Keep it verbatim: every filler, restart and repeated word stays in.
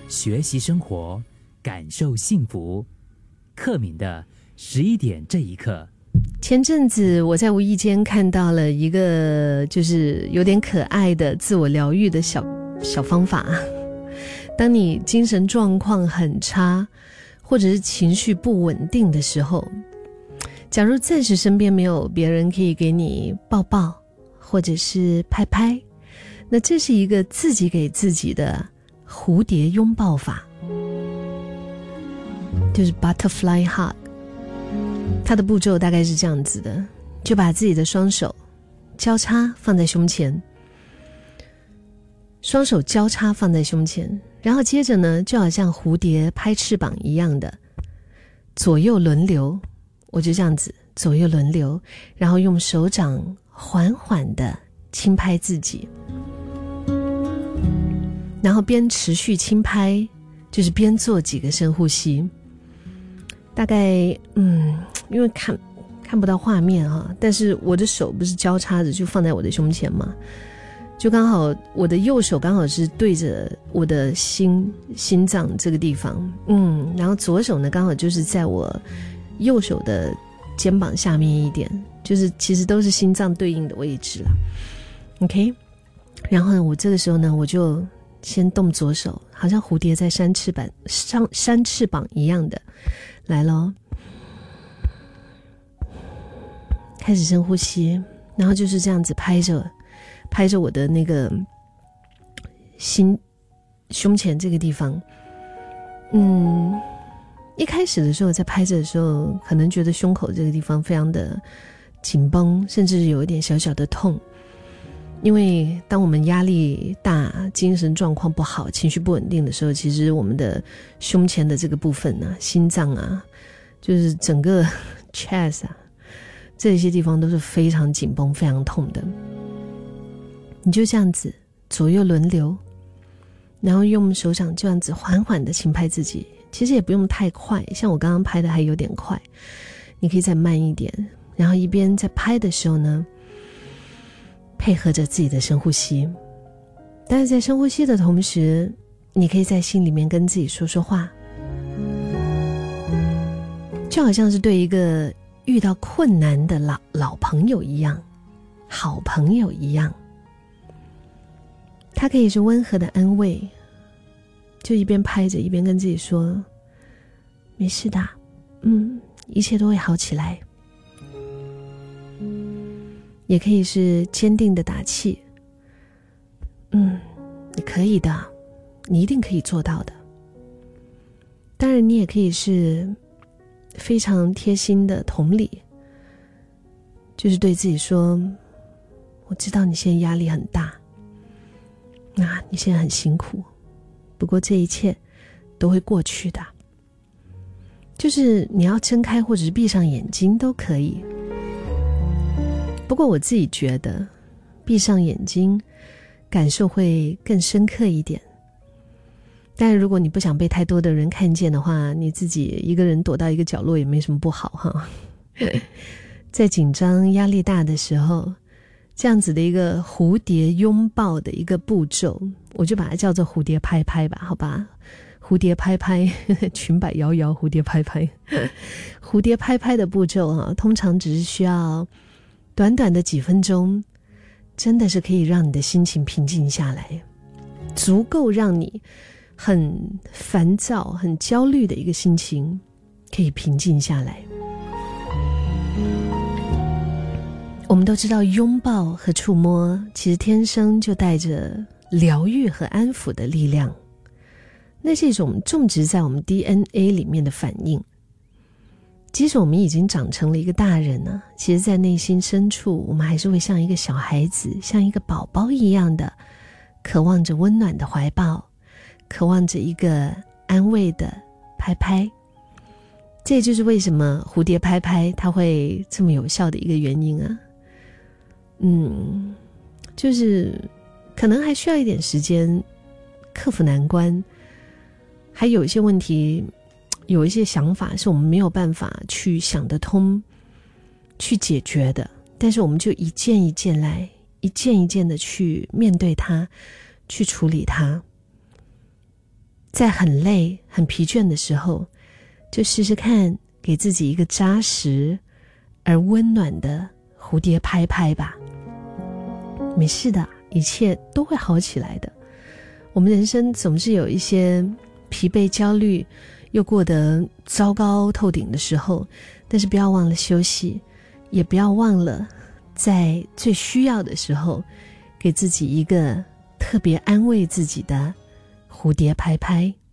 学习生活，感受幸福。克敏的十一点这一刻。 前阵子我在无意间看到了一个就是有点可爱的自我疗愈的小小方法。当你精神状况很差，或者是情绪不稳定的时候，假如暂时身边没有别人可以给你抱抱或者是拍拍，那这是一个自己给自己的蝴蝶拥抱法，就是 butterfly hug。 它的步骤大概是这样子的，就把自己的双手交叉放在胸前，双手交叉放在胸前，然后接着呢，就好像蝴蝶拍翅膀一样的左右轮流，我就这样子左右轮流，然后用手掌缓缓的轻拍自己，然后边持续轻拍，就是边做几个深呼吸。大概嗯，因为看看不到画面哈，但是我的手不是交叉着就放在我的胸前嘛，就刚好我的右手刚好是对着我的心心脏这个地方，嗯，然后左手呢刚好就是在我右手的肩膀下面一点，就是其实都是心脏对应的位置啦。OK， 然后呢，我这个时候呢，我就先动左手，好像蝴蝶在扇翅膀、扇扇翅膀一样的来咯，开始深呼吸，然后就是这样子拍着拍着我的那个心胸前这个地方。嗯，一开始的时候在拍着的时候，可能觉得胸口这个地方非常的紧绷，甚至有一点小小的痛。因为当我们压力大、精神状况不好、情绪不稳定的时候，其实我们的胸前的这个部分啊，心脏啊，就是整个 chest 啊，这些地方都是非常紧绷、非常痛的。你就这样子左右轮流，然后用手掌这样子缓缓的轻拍自己，其实也不用太快，像我刚刚拍的还有点快，你可以再慢一点，然后一边在拍的时候呢，配合着自己的深呼吸。但是在深呼吸的同时，你可以在心里面跟自己说说话，就好像是对一个遇到困难的老老朋友一样，好朋友一样。它可以是温和的安慰，就一边拍着一边跟自己说，没事的，嗯，一切都会好起来。也可以是坚定的打气，嗯，你可以的，你一定可以做到的。当然你也可以是非常贴心的同理，就是对自己说，我知道你现在压力很大，啊，你现在很辛苦，不过这一切都会过去的。就是你要睁开或者是闭上眼睛都可以。不过我自己觉得闭上眼睛感受会更深刻一点，但如果你不想被太多的人看见的话，你自己一个人躲到一个角落也没什么不好哈。在紧张压力大的时候，这样子的一个蝴蝶拥抱的一个步骤，我就把它叫做蝴蝶拍拍吧，好吧，蝴蝶拍拍，裙摆摇摇，蝴蝶拍拍。蝴蝶拍拍的步骤啊，通常只是需要短短的几分钟，真的是可以让你的心情平静下来，足够让你很烦躁、很焦虑的一个心情可以平静下来。我们都知道，拥抱和触摸其实天生就带着疗愈和安抚的力量，那是一种种植在我们 D N A 里面的反应。即使我们已经长成了一个大人呢、啊，其实在内心深处，我们还是会像一个小孩子，像一个宝宝一样的，渴望着温暖的怀抱，渴望着一个安慰的拍拍。这也就是为什么蝴蝶拍拍它会这么有效的一个原因啊。嗯，就是可能还需要一点时间克服难关，还有一些问题，有一些想法是我们没有办法去想得通去解决的，但是我们就一件一件来，一件一件的去面对它，去处理它。 在很累很疲倦的时候，就试试看给自己一个扎实而温暖的蝴蝶拍拍吧。没事的，一切都会好起来的。我们人生总是有一些疲惫焦虑又过得糟糕透顶的时候，但是不要忘了休息，也不要忘了在最需要的时候给自己一个特别安慰自己的蝴蝶拍拍。